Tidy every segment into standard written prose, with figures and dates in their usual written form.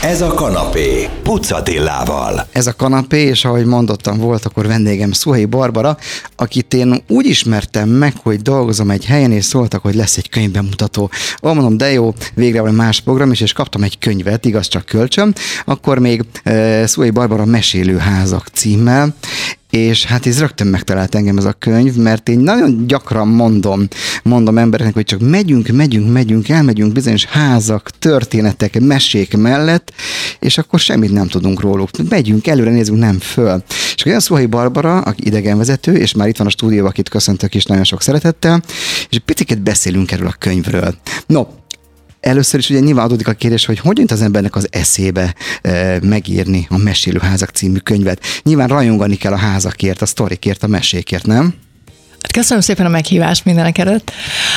Ez a kanapé Puc Attilával. Ez a kanapé, és ahogy mondottam, volt akkor vendégem Szuhai Barbara, akit én úgy ismertem meg, hogy dolgozom egy helyen, és szóltak, hogy lesz egy könyvbemutató. Mondom, de jó, végre van más program is, és kaptam egy könyvet, igaz, csak kölcsön. Akkor még Szuhai Barbara Mesélőházak címmel, és hát ez rögtön megtalált engem ez a könyv, mert én nagyon gyakran mondom embereknek, hogy csak elmegyünk bizonyos házak, történetek, mesék mellett, és akkor semmit nem tudunk róluk. Megyünk, előre nézzünk, nem föl. És olyan Szuhai Barbara, aki idegenvezető, és már itt van a stúdióban, akit köszöntök is nagyon sok szeretettel, és picit beszélünk erről a könyvről. No, először is ugye nyilván adódik a kérdés, hogy jut az embernek az eszébe megírni a Mesélőházak című könyvet. Nyilván rajongani kell a házakért, a sztorikért, a mesékért, nem? Hát köszönöm szépen a meghívást mindenek előtt.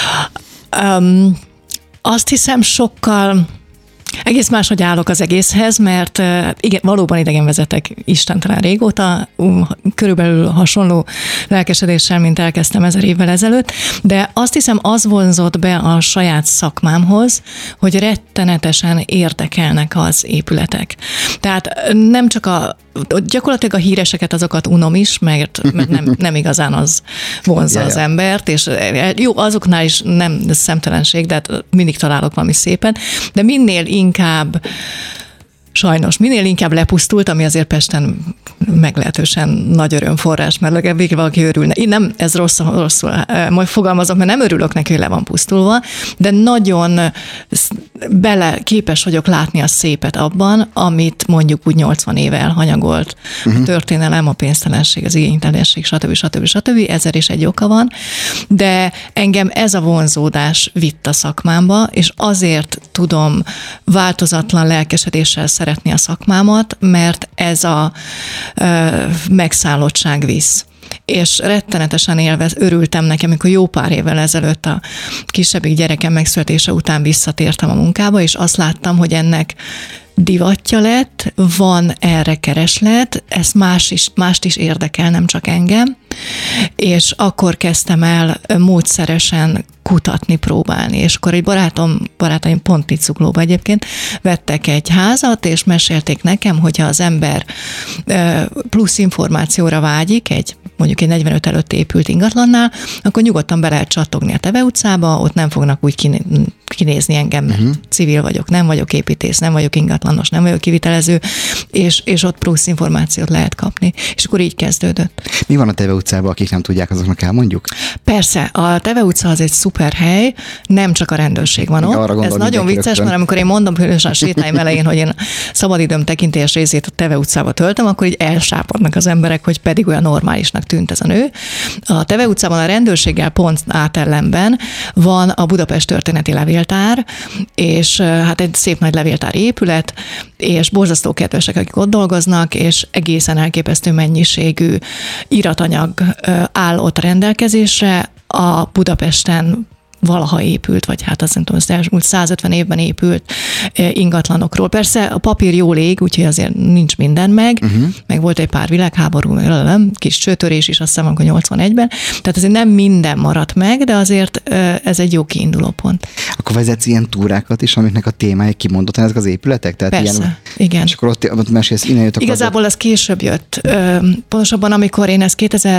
Azt hiszem sokkal egész máshogy állok az egészhez, mert igen, valóban idegenvezetek istentelen régóta, körülbelül hasonló lelkesedéssel, mint elkezdtem 1000 évvel ezelőtt, de azt hiszem az vonzott be a saját szakmámhoz, hogy rettenetesen érdekelnek az épületek. Tehát nem csak gyakorlatilag a híreseket, azokat unom is, mert nem igazán az vonzza az embert, és jó, azoknál is nem szemtelenség, de hát mindig találok valami szépen, de minél inkább lepusztult, ami azért Pesten meglehetősen nagy örömforrás, mert legalább valaki örülne. Én nem, ez rosszul majd fogalmazom, mert nem örülök neki, hogy le van pusztulva, de nagyon képes vagyok látni a szépet abban, amit mondjuk úgy 80 éve elhanyagolt. A történelem, a pénztelenség, az igénytelenség, stb. 1001 oka van, de engem ez a vonzódás vitt a szakmámba, és azért tudom változatlan lelkesedéssel szeretni a szakmámat, mert ez a megszállottság visz. És rettenetesen örültem neki, amikor jó pár évvel ezelőtt a kisebbik gyerekem megszületése után visszatértem a munkába, és azt láttam, hogy ennek divatja lett, van erre kereslet, ez mást is érdekel, nem csak engem, és akkor kezdtem el módszeresen kutatni, próbálni, és akkor egy barátaim pont itt Zuglóba egyébként vettek egy házat, és mesélték nekem, hogyha az ember plusz információra vágyik, mondjuk egy 45 előtt épült ingatlannál, akkor nyugodtan be lehet csattogni a Teve utcába, ott nem fognak úgy kinézni engem, mert civil vagyok, nem vagyok építész, nem vagyok ingatlanos, nem vagyok kivitelező, és ott plusz információt lehet kapni. És akkor így kezdődött. Mi van a Teve utcában, akik nem tudják, azoknak elmondjuk? Persze, a Teve utca az egy szuper hely, nem csak a rendőrség van ott. Ez nagyon vicces, mert amikor én mondom különösen a sétáim elején, hogy én szabadidőm tekintélyes részét a Teve utcába töltöm, akkor így elsápadnak az emberek, hogy pedig olyan normálisnak tűnt ez a nő. A Teve utcában a rendőrséggel pont átellenben van a Budapest Történeti Levéltár, és hát egy szép nagy levéltári épület, és borzasztó kedvesek, akik ott dolgoznak, és egészen elképesztő mennyiségű iratanyag áll ott rendelkezésre. A Budapesten valaha épült, vagy hát azt nem tudom, az elmúlt 150 évben épült ingatlanokról. Persze a papír jól ég, úgyhogy azért nincs minden meg volt egy pár világháború, kis csőtörés is, azt hiszem, akkor 81-ben. Tehát azért nem minden maradt meg, de azért ez egy jó kiinduló pont. Akkor vezetsz ilyen túrákat is, amiknek a témája kimondottan ezek az épületek? Tehát persze, igen. És akkor ott mesélsz, innen jött a igazából ez később jött. Pontosabban, amikor én ezt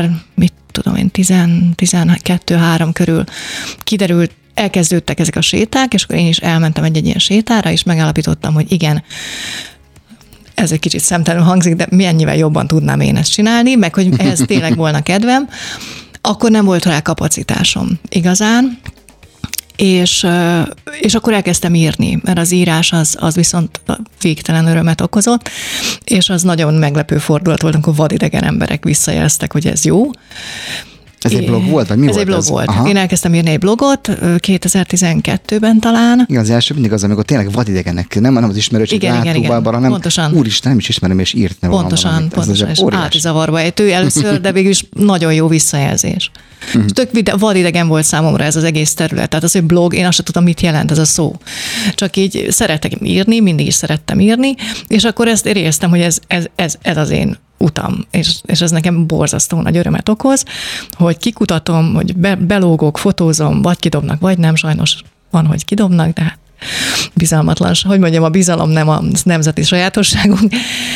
12-3 körül kiderült, elkezdődtek ezek a séták, és akkor én is elmentem egy ilyen sétára, és megállapítottam, hogy igen, ez egy kicsit szemtelenül hangzik, de mennyivel jobban tudnám én ezt csinálni, meg hogy ehhez tényleg volna kedvem. Akkor nem volt rá kapacitásom igazán, és akkor elkezdtem írni, mert az írás az viszont végtelen örömet okozott, és az nagyon meglepő fordulat volt, amikor vadidegen emberek visszajeleztek, hogy ez jó. Ez egy blog volt, vagy mi ez volt? Ez egy blog volt. Aha. Én elkezdtem írni egy blogot 2012-ben talán. Igen, az első mindig az, amikor tényleg vadidegenek, nem az ismerőség látóban, hanem pontosan. Úristen, nem is ismerem, és írtne pontosan, és átizavarba ejtő először, de végül is nagyon jó visszajelzés. Tök vadidegen volt számomra ez az egész terület. Tehát az, hogy blog, én azt sem tudom, mit jelent ez a szó. Csak így szeretek írni, mindig is szerettem írni, és akkor ezt éreztem, hogy ez az én utam, és ez nekem borzasztó nagy örömet okoz, hogy kikutatom, hogy belógok, fotózom, vagy kidobnak, vagy nem, sajnos van, hogy kidobnak, de bizalmatlanság. Hogy mondjam, a bizalom nem a nemzeti sajátosságunk,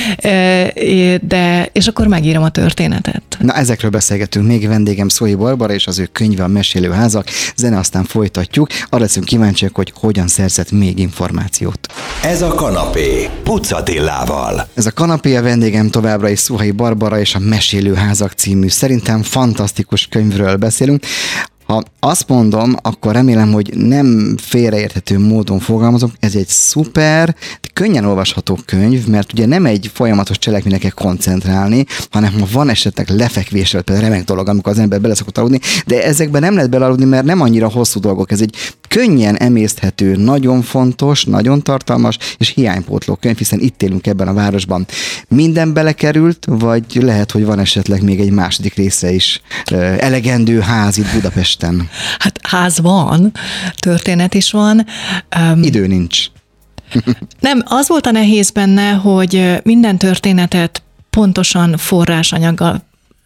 és akkor megírom a történetet. Na, ezekről beszélgetünk még, vendégem Szóhi Barbara, és az ő könyve a Mesélő házak, zene, aztán folytatjuk. Arra leszünk kíváncsiak, hogy hogyan szerzett még információt. Ez a kanapé Pucatillával. Ez a kanapé, a vendégem továbbra is Szóhi Barbara, és a Mesélő házak című szerintem fantasztikus könyvről beszélünk. Ha azt mondom, akkor remélem, hogy nem félreérthető módon fogalmazok. Ez egy szuper, könnyen olvasható könyv, mert ugye nem egy folyamatos cselekményre kell koncentrálni, hanem ha van esetleg lefekvésre, például remek dolog, amikor az ember bele szokott aludni, de ezekben nem lehet belealudni, mert nem annyira hosszú dolgok. Ez egy könnyen emészthető, nagyon fontos, nagyon tartalmas és hiánypótló könyv, hiszen itt élünk ebben a városban. Minden belekerült, vagy lehet, hogy van esetleg még egy második része is elegendő ház itt Budapesten? Hát ház van, történet is van. Idő nincs. Nem, az volt a nehéz benne, hogy minden történetet pontosan forrásanyaggal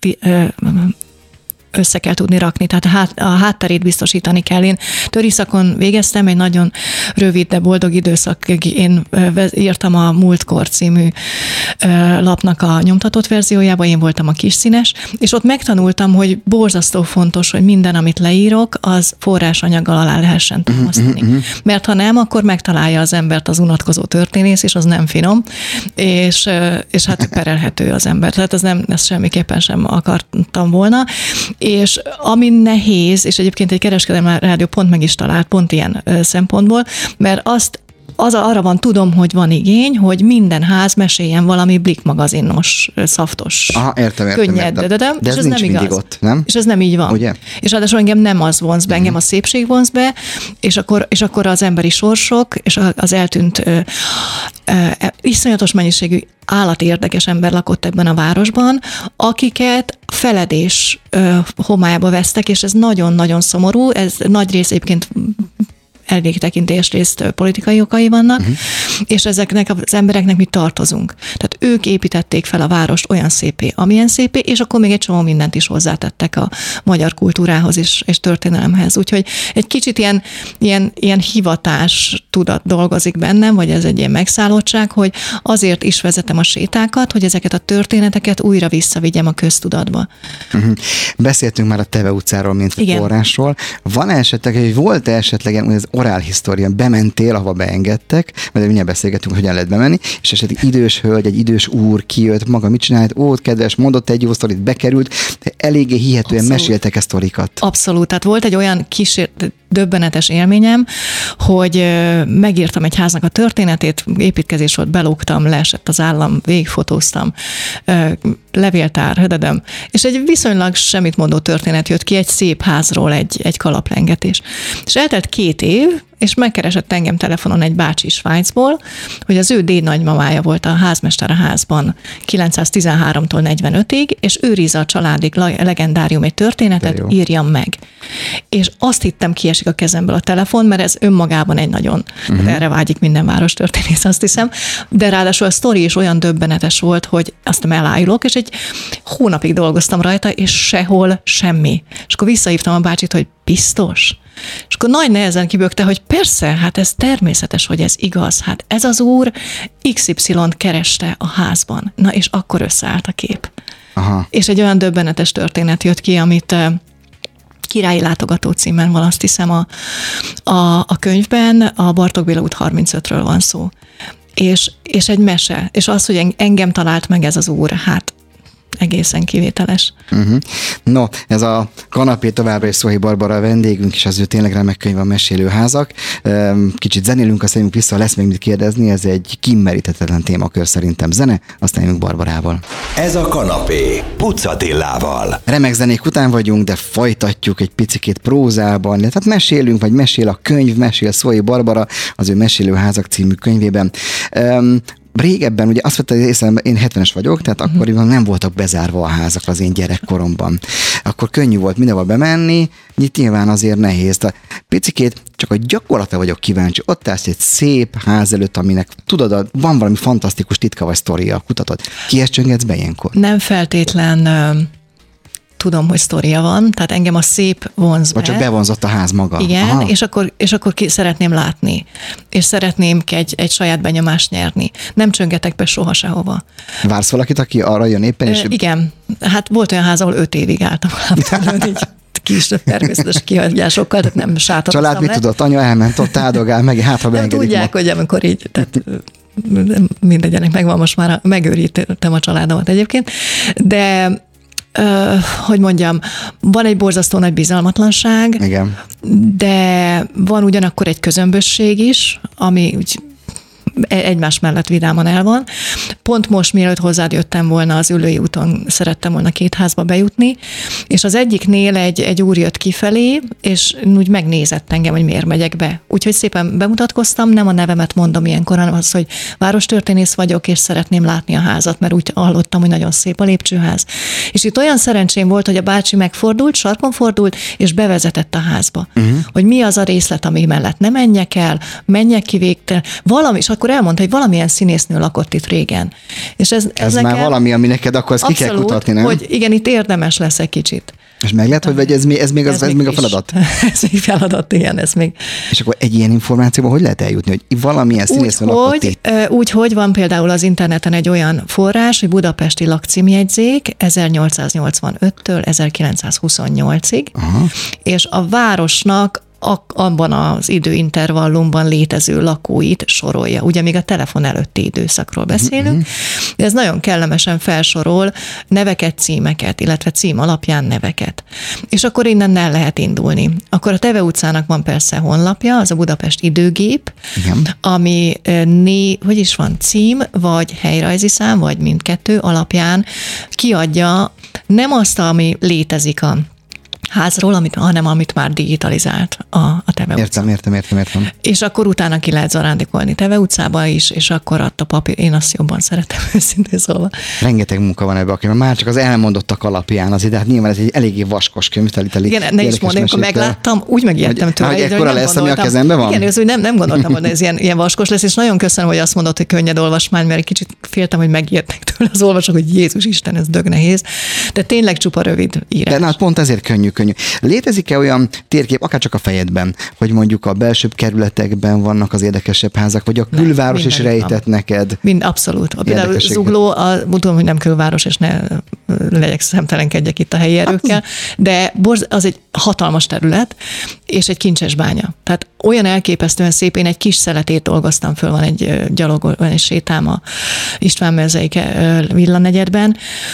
össze kell tudni rakni, tehát a hátterét biztosítani kell. Én töriszakon végeztem, egy nagyon rövid, de boldog időszakig én írtam a Múltkor című lapnak a nyomtatott verziójában, én voltam a kisszínes, és ott megtanultam, hogy borzasztó fontos, hogy minden, amit leírok, az forrásanyaggal alá lehessen támasztani. Mert ha nem, akkor megtalálja az embert az unatkozó történész, és az nem finom, és hát perelhető az ember. Tehát ezt semmiképpen sem akartam volna. És ami nehéz, és egyébként egy kereskedelmi rádió pont meg is talált, pont ilyen szempontból, mert arra van, tudom, hogy van igény, hogy minden ház meséljen valami Blick magazinos, szaftos, könnyed, de ez és ez nincs nem mindig igaz. Ott, nem? És ez nem így van. Ugye? És ráadásul engem nem az vonz be, engem a szépség vonz be, és akkor az emberi sorsok, és az eltűnt iszonyatos mennyiségű állati érdekes ember lakott ebben a városban, akiket feledés homályába vesztek, és ez nagyon-nagyon szomorú, ez nagy rész egyébként elvégtekintés részt politikai okai vannak, és ezeknek az embereknek mi tartozunk. Tehát ők építették fel a várost olyan szépé, amilyen szépé, és akkor még egy csomó mindent is hozzátettek a magyar kultúrához és történelemhez. Úgyhogy egy kicsit ilyen hivatás tudat dolgozik bennem, vagy ez egy ilyen megszállottság, hogy azért is vezetem a sétákat, hogy ezeket a történeteket újra visszavigyem a köztudatba. Beszéltünk már a Teve utcáról, mint a forrásról. Van esetleg, hogy volt esetleg az orál história, bementél, ahova beengedtek, majd mindjárt beszélgetünk, hogyan lehet bemenni, és esetleg idős hölgy, egy idős úr kijött, maga mit csinált, kedves, mondott egy jó sztorit, bekerült, de eléggé hihetően meséltek a sztorikat. Abszolút, tehát volt egy olyan döbbenetes élményem, hogy megírtam egy háznak a történetét, építkezés volt, belógtam, leesett az állam, végigfotóztam, levéltár, hödödöm, és egy viszonylag semmit mondó történet jött ki, egy szép házról, egy kalaplengetés. És eltelt 2 év, és megkeresett engem telefonon egy bácsi Svájcból, hogy az ő dédnagymamája volt a házmester a házban 913-tól 45-ig, és őrizze a családi legendárium egy történetet, írjam meg. És azt hittem, kiesik a kezemből a telefon, mert ez önmagában egy nagyon, erre vágyik minden várostörténész, azt hiszem, de ráadásul a sztori is olyan döbbenetes volt, hogy azt elájulok, és egy hónapig dolgoztam rajta, és sehol semmi. És akkor visszahívtam a bácsit, hogy biztos? És akkor nagy nehezen kibökte, hogy persze, hát ez természetes, hogy ez igaz. Hát ez az úr XY-t kereste a házban. Na, és akkor összeállt a kép. Aha. És egy olyan döbbenetes történet jött ki, amit Királyi látogató címen van, azt hiszem a könyvben, a Bartók Béla út 35-ről van szó. És egy mese. És az, hogy engem talált meg ez az úr, hát egészen kivételes. No, ez a kanapé továbbra is Szóhi Barbara a vendégünk, és az ő tényleg remek könyv a Mesélő házak. Kicsit zenélünk, aztán jövünk vissza, lesz még mit kérdezni, ez egy kimeríthetetlen témakör szerintem. Zene, aztán jövünk Barbarával. Ez a kanapé Pucatillával. Remek zenék után vagyunk, de folytatjuk egy picikét prózában, tehát mesélünk, vagy mesél a könyv, mesél Szóhi Barbara az ő Mesélő házak című könyvében. Régebben, ugye azt vettem észre, én 70-es vagyok, tehát akkoriban nem voltak bezárva a házak az én gyerekkoromban. Akkor könnyű volt mindenhol bemenni, nyilván azért nehéz. De picikét csak a gyakorlatra vagyok kíváncsi. Ott állsz egy szép ház előtt, aminek tudod, van valami fantasztikus titka vagy sztoria, kutatod. Kihez csöngetsz be ilyenkor? Nem feltétlen tudom, hogy sztoria van, tehát engem a szép vonz be. Vagy csak bevonzott a ház maga. Igen, aha. és akkor szeretném látni, és szeretném egy saját benyomást nyerni. Nem csöngetek be soha sehova. Vársz valakit, aki arra jön éppen? És... Igen, hát volt olyan ház, ahol 5 évig álltam így kis természetes kihagyásokkal, tehát nem sátottam le. Család mit tudott? Anya elment, ott áldogál, meg hátra beengedik. Tudják, hogy amikor így, tehát mindegyenek megvan, most már megőrítettem a családomat egyébként, de hogy mondjam, van egy borzasztó nagy bizalmatlanság, igen. De van ugyanakkor egy közömbösség is, ami úgy egymás mellett vidáman el van. Pont most, mielőtt hozzád jöttem volna, az Üllői úton szerettem volna 2 házba bejutni, és az egyiknél egy úr jött kifelé, és úgy megnézett engem, hogy miért megyek be. Úgyhogy szépen bemutatkoztam, nem a nevemet mondom ilyenkor, hanem az, hogy várostörténész vagyok, és szeretném látni a házat, mert úgy hallottam, hogy nagyon szép a lépcsőház. És itt olyan szerencsém volt, hogy a bácsi megfordult, sarkon fordult, és bevezetett a házba. Hogy mi az a részlet, ami mellett nem menjek el, menjek ki végtelen, valami, és akkor elmondta, hogy valamilyen színésznő lakott itt régen. És ez nekem, már valami, ami neked akkor ezt ki kell kutatni, nem? Hogy igen, itt érdemes lesz egy kicsit. És meg lehet, hogy ez még a feladat? Ez még feladat, igen, ez még. És akkor egy ilyen információban hogy lehet eljutni, hogy valamilyen színésznő lakott itt? Úgy, hogy van például az interneten egy olyan forrás, hogy budapesti lakcímjegyzék 1885-től 1928-ig, és a városnak abban az időintervallumban létező lakóit sorolja. Ugye még a telefon előtti időszakról beszélünk, de ez nagyon kellemesen felsorol neveket, címeket, illetve cím alapján neveket. És akkor innen el lehet indulni. Akkor a Teve utcának van persze honlapja, az a Budapest időgép, ami hogy is van, cím, vagy helyrajzi szám, vagy mindkettő alapján kiadja nem azt, ami létezik a házról, hanem amit már digitalizált a Teve utca. Értem. És akkor utána ki lehet zarándikolni Teve utcába is, és akkor a papír, én azt jobban szeretem őszintén szólva. Rengeteg munka van ebbe, akiben már csak az elmondottak alapján azért, hát nyilván ez egy eléggé vaskos könyv. Igen, ne is mondom, amikor megláttam, úgy megijedtem tőle. Hogy ekkora lesz, ami a kezemben van? Igen, ez, hogy nem gondoltam, hogy ez ilyen vaskos lesz, és nagyon köszönöm, hogy azt mondod, hogy könnyed olvasmány, mert egy kicsit féltem, hogy megijednek tőle az olvasók, hogy Jézus Isten, ez dög nehéz. De tényleg csupa rövid írás. De hát pont ezért könnyű. Létezik-e olyan térkép, akár csak a fejedben, hogy mondjuk a belsőbb kerületekben vannak az érdekesebb házak, vagy a külváros is rejtett neked? Abszolút. Például Zugló, tudom, hogy nem külváros, és ne legyek szemtelenkedjek itt a helyi erőkkel, de az egy hatalmas terület, és egy kincses bánya. Tehát olyan elképesztően szép, én egy kis szeletét dolgoztam föl, van egy sétám a István mezei villanegyedben,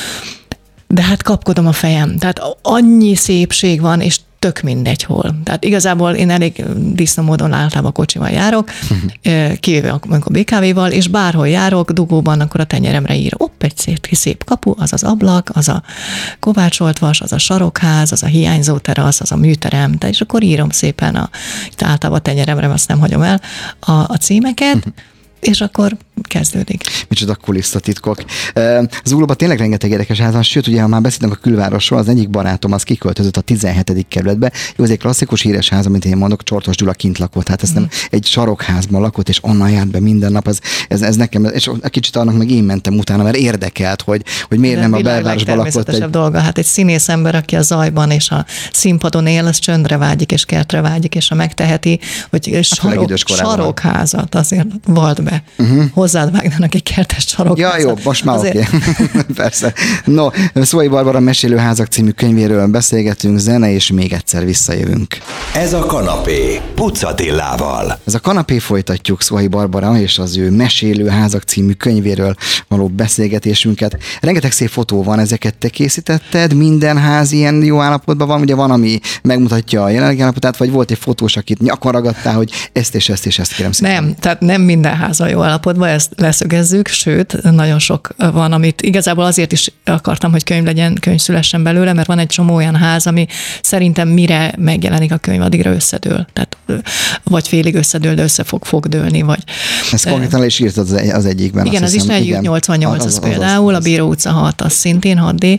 de hát kapkodom a fejem. Tehát annyi szépség van, és tök mindegy hol. Tehát igazából én elég disznómódon általában kocsival járok, kivéve amikor BKV-val, és bárhol járok, dugóban, akkor a tenyeremre ír, egy szép kapu, az az ablak, az a kovácsolt-vas, az a sarokház, az a hiányzó terasz, az a műterem, és akkor írom szépen általában a tenyeremre, azt nem hagyom el a címeket, és akkor kezdődik. Micsoda kulisszatitkok. Zuglóban tényleg rengeteg érdekes ház van, sőt, ugye, ha már beszéltünk a külvárosról, az egyik barátom az kiköltözött a 17. kerületbe. Jó, ez egy klasszikus híres ház, amit én mondok, Csortos Gyula kint lakott. Hát ez nem egy sarokházban lakott, és onnan járt be minden nap. Ez nekem, és kicsit annak meg én mentem utána, mert érdekelt, hogy miért nem a belvárosban lakott. Egy dolga. Hát egy színész ember, aki a zajban és a színpadon él, az csöndre vágyik és kertre vágyik, és ha megteheti, hogy sarokházat azért vald be. Hozzád vágnának egy kertes sarokházat. Ja, jó, most már oké. Persze. No, Szollai Barbara Mesélőházak című könyvéről beszélgetünk, zene, és még egyszer visszajövünk. Ez a kanapé, Puc Attilával. Ez a kanapé, folytatjuk Szollai Barbara és az ő Mesélőházak című könyvéről való beszélgetésünket. Rengeteg szép fotó van, ezeket te készítetted, minden ház ilyen jó állapotban van, ugye van, ami megmutatja a jelenlegi állapotát, vagy volt egy fotós, akit nyakon ragadtál, hogy ezt és ezt és ezt kérem szépen. Nem, tehát nem minden ház a jó állapotban, ezt leszögezzük, sőt, nagyon sok van, amit igazából azért is akartam, hogy könyv szülessen belőle, mert van egy csomó olyan ház, ami szerintem mire megjelenik a könyv, addigra összedől. Tehát vagy félig összedől, de össze fog dőlni, vagy... Ezt konkrétan le is írtad az egyikben. Igen, az Ismerjük 88, az például, a Bíró utca 6, az szintén 6D.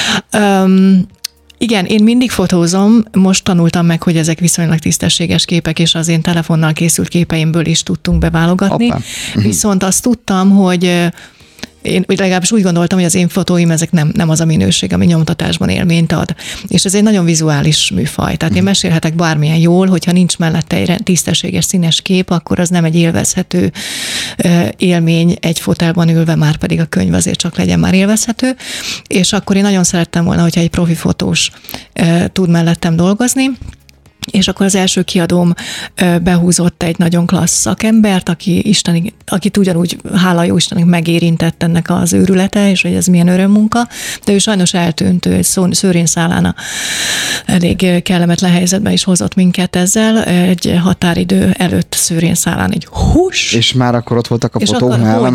Igen, én mindig fotózom, most tanultam meg, hogy ezek viszonylag tisztességes képek, és az én telefonnal készült képeimből is tudtunk beválogatni. Viszont azt tudtam, hogy én legalábbis úgy gondoltam, hogy az én fotóim ezek nem az a minőség, ami nyomtatásban élményt ad. És ez egy nagyon vizuális műfaj. Tehát én mesélhetek bármilyen jól, hogyha nincs mellette egy tisztességes színes kép, akkor az nem egy élvezhető élmény egy fotelban ülve, már pedig a könyv azért csak legyen már élvezhető. És akkor én nagyon szerettem volna, hogyha egy profi fotós tud mellettem dolgozni, és akkor az első kiadóm behúzott egy nagyon klassz szakembert, akit ugyanúgy, hála jó Istennek, megérintett ennek az őrülete, és hogy ez milyen örömmunka, de ő sajnos eltűnt, ő egy szőrén-szálána elég kellemetlen helyzetben is hozott minket ezzel, egy határidő előtt szőrén-szálán egy hús. És már akkor ott voltak a fotók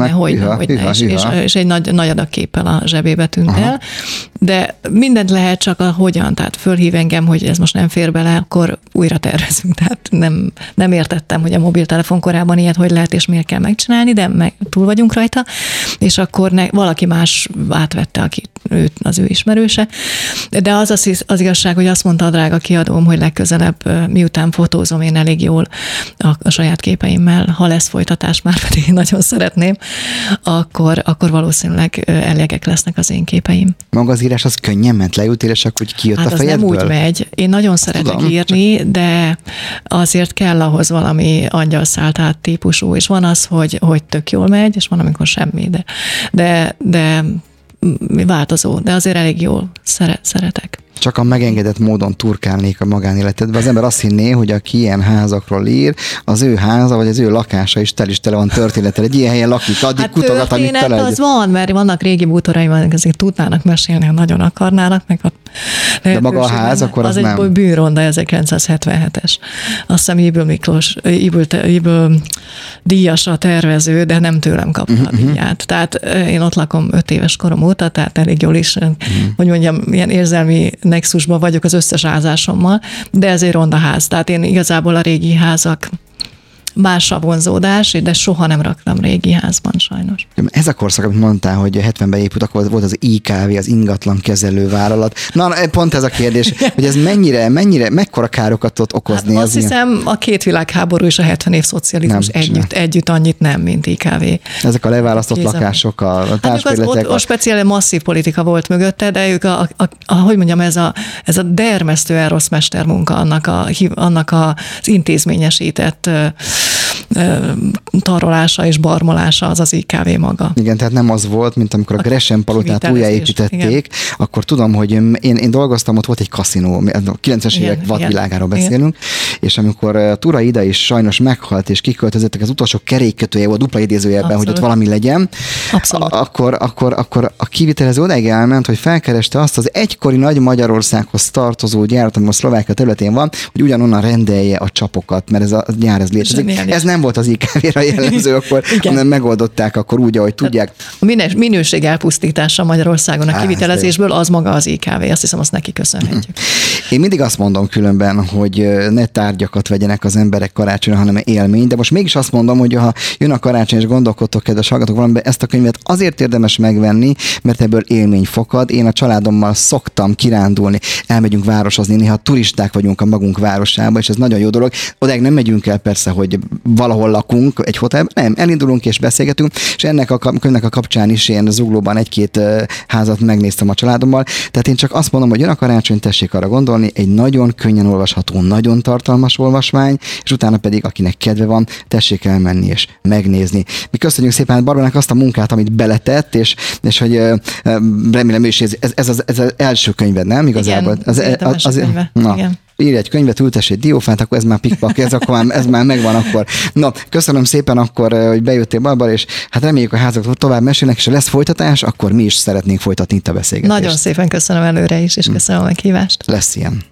és egy nagy adag képpel a zsebébe tűnt el, de mindent lehet, csak a hogyan, tehát fölhív engem, hogy ez most nem fér bele, akkor újra tervezünk. Tehát nem értettem, hogy a mobiltelefon korában ilyet hogy lehet és miért kell megcsinálni, de túl vagyunk rajta, és akkor valaki más átvette, az ő ismerőse. De az igazság, hogy azt mondta a drága kiadóm, hogy legközelebb, miután fotózom én elég jól a saját képeimmel, ha lesz folytatás, már pedig én nagyon szeretném, akkor valószínűleg elegek lesznek az én képeim. Maga az írás az könnyen ment, leültél, és akkor kijött a fejedből? Hát az nem úgy megy. Én nagyon szeretek írni, de azért kell ahhoz valami angyalszáltát típusú, és van az, hogy tök jól megy, és van, amikor semmi, de változó, de azért elég jól szeretek. Csak a megengedett módon turkálnék a magánéletedbe. Az ember azt hinné, hogy aki ilyen házakról ír, az ő háza, vagy az ő lakása is tele van történettel. Egy ilyen helyen lakik, addig kutogat, amit tele. Az van, mert vannak régi bútoraim, ezért tudnának mesélni, ha nagyon akarnának, meg de maga a ház, akkor az nem. Az egy bűnronda, 1977-es. Azt hiszem Ibl Miklós, Ibl díjas a tervező, de nem tőlem kapta a díját. Tehát én ott lakom 5 éves korom óta, tehát elég jól is, hogy mondjam, ilyen érzelmi nexusban vagyok az összes házásommal, de ez egy ronda ház. Tehát én igazából a régi házak más a vonzódás, de soha nem raktam régi házban sajnos. Ez a korszak, amit mondtál, hogy 70-ben épült, akkor volt az IKV, az ingatlan kezelő vállalat. Na, pont ez a kérdés, hogy ez mekkora károkat tud okozni? Hát azt hiszem, a 2 világháború és a 70 év szocializmus együtt annyit nem, mint IKV. Ezek a leválasztott lakások, a társbérletek. Ott speciális masszív politika volt mögötte, de ők hogy mondjam, ez a dermesztően rossz mestermunka annak az intézményesített tarolása és barmolása az IKV maga. Igen, tehát nem az volt, mint amikor a Gresham palotát újjáépítették, akkor tudom, hogy én dolgoztam, ott volt egy kaszinó, 90-es évek vadvilágáról beszélünk, és amikor Tura Ida is sajnos meghalt, és kiköltözöttek, az utolsó kerékkötője volt, dupla idézőjelben, hogy ott valami legyen, akkor a kivitelező odáig elment, hogy felkereste azt az egykori Nagy Magyarországhoz tartozó gyárat, ami a Szlovákia területén van, hogy ugyanonnan rendelje a csapokat, mert ez a gyár ez létezik. Ez nem volt az IKV-ra jellemző, akkor, hanem megoldották akkor úgy, ahogy tudják. A minőség elpusztítása Magyarországon a kivitelezésből az maga az IKV, azt hiszem, azt neki köszönhetjük. Én mindig azt mondom különben, hogy ne tárgyakat vegyenek az emberek karácsonyra, hanem élmény, de most mégis azt mondom, hogy ha jön a karácsony és gondolkodtok, kedves hallgatók, valamiben ezt a könyvet azért érdemes megvenni, mert ebből élmény fakad. Én a családommal szoktam kirándulni, elmegyünk városozni, néha turisták vagyunk a magunk városába, és ez nagyon jó dolog. Odáig nem megyünk el persze, hogy valahol lakunk egy hotelben, nem, elindulunk és beszélgetünk, és ennek a könyvnek a kapcsán is én Zuglóban 1-2 házat megnéztem a családommal, tehát én csak azt mondom, hogy jön a karácsony, tessék arra gondolni, egy nagyon könnyen olvasható, nagyon tartalmas olvasmány, és utána pedig, akinek kedve van, tessék elmenni és megnézni. Mi köszönjük szépen Barbarának azt a munkát, amit beletett, és hogy remélem is ez az első könyved, nem? Igazából. Igen, írj egy könyvet, ültess egy diófát, akkor ez már pikpak, ez már megvan akkor. Na, köszönöm szépen akkor, hogy bejöttél, Barbara, és hát reméljük a házak tovább mesélnek, és ha lesz folytatás, akkor mi is szeretnénk folytatni itt a beszélgetést. Nagyon szépen köszönöm előre is, és köszönöm a meghívást. Lesz ilyen.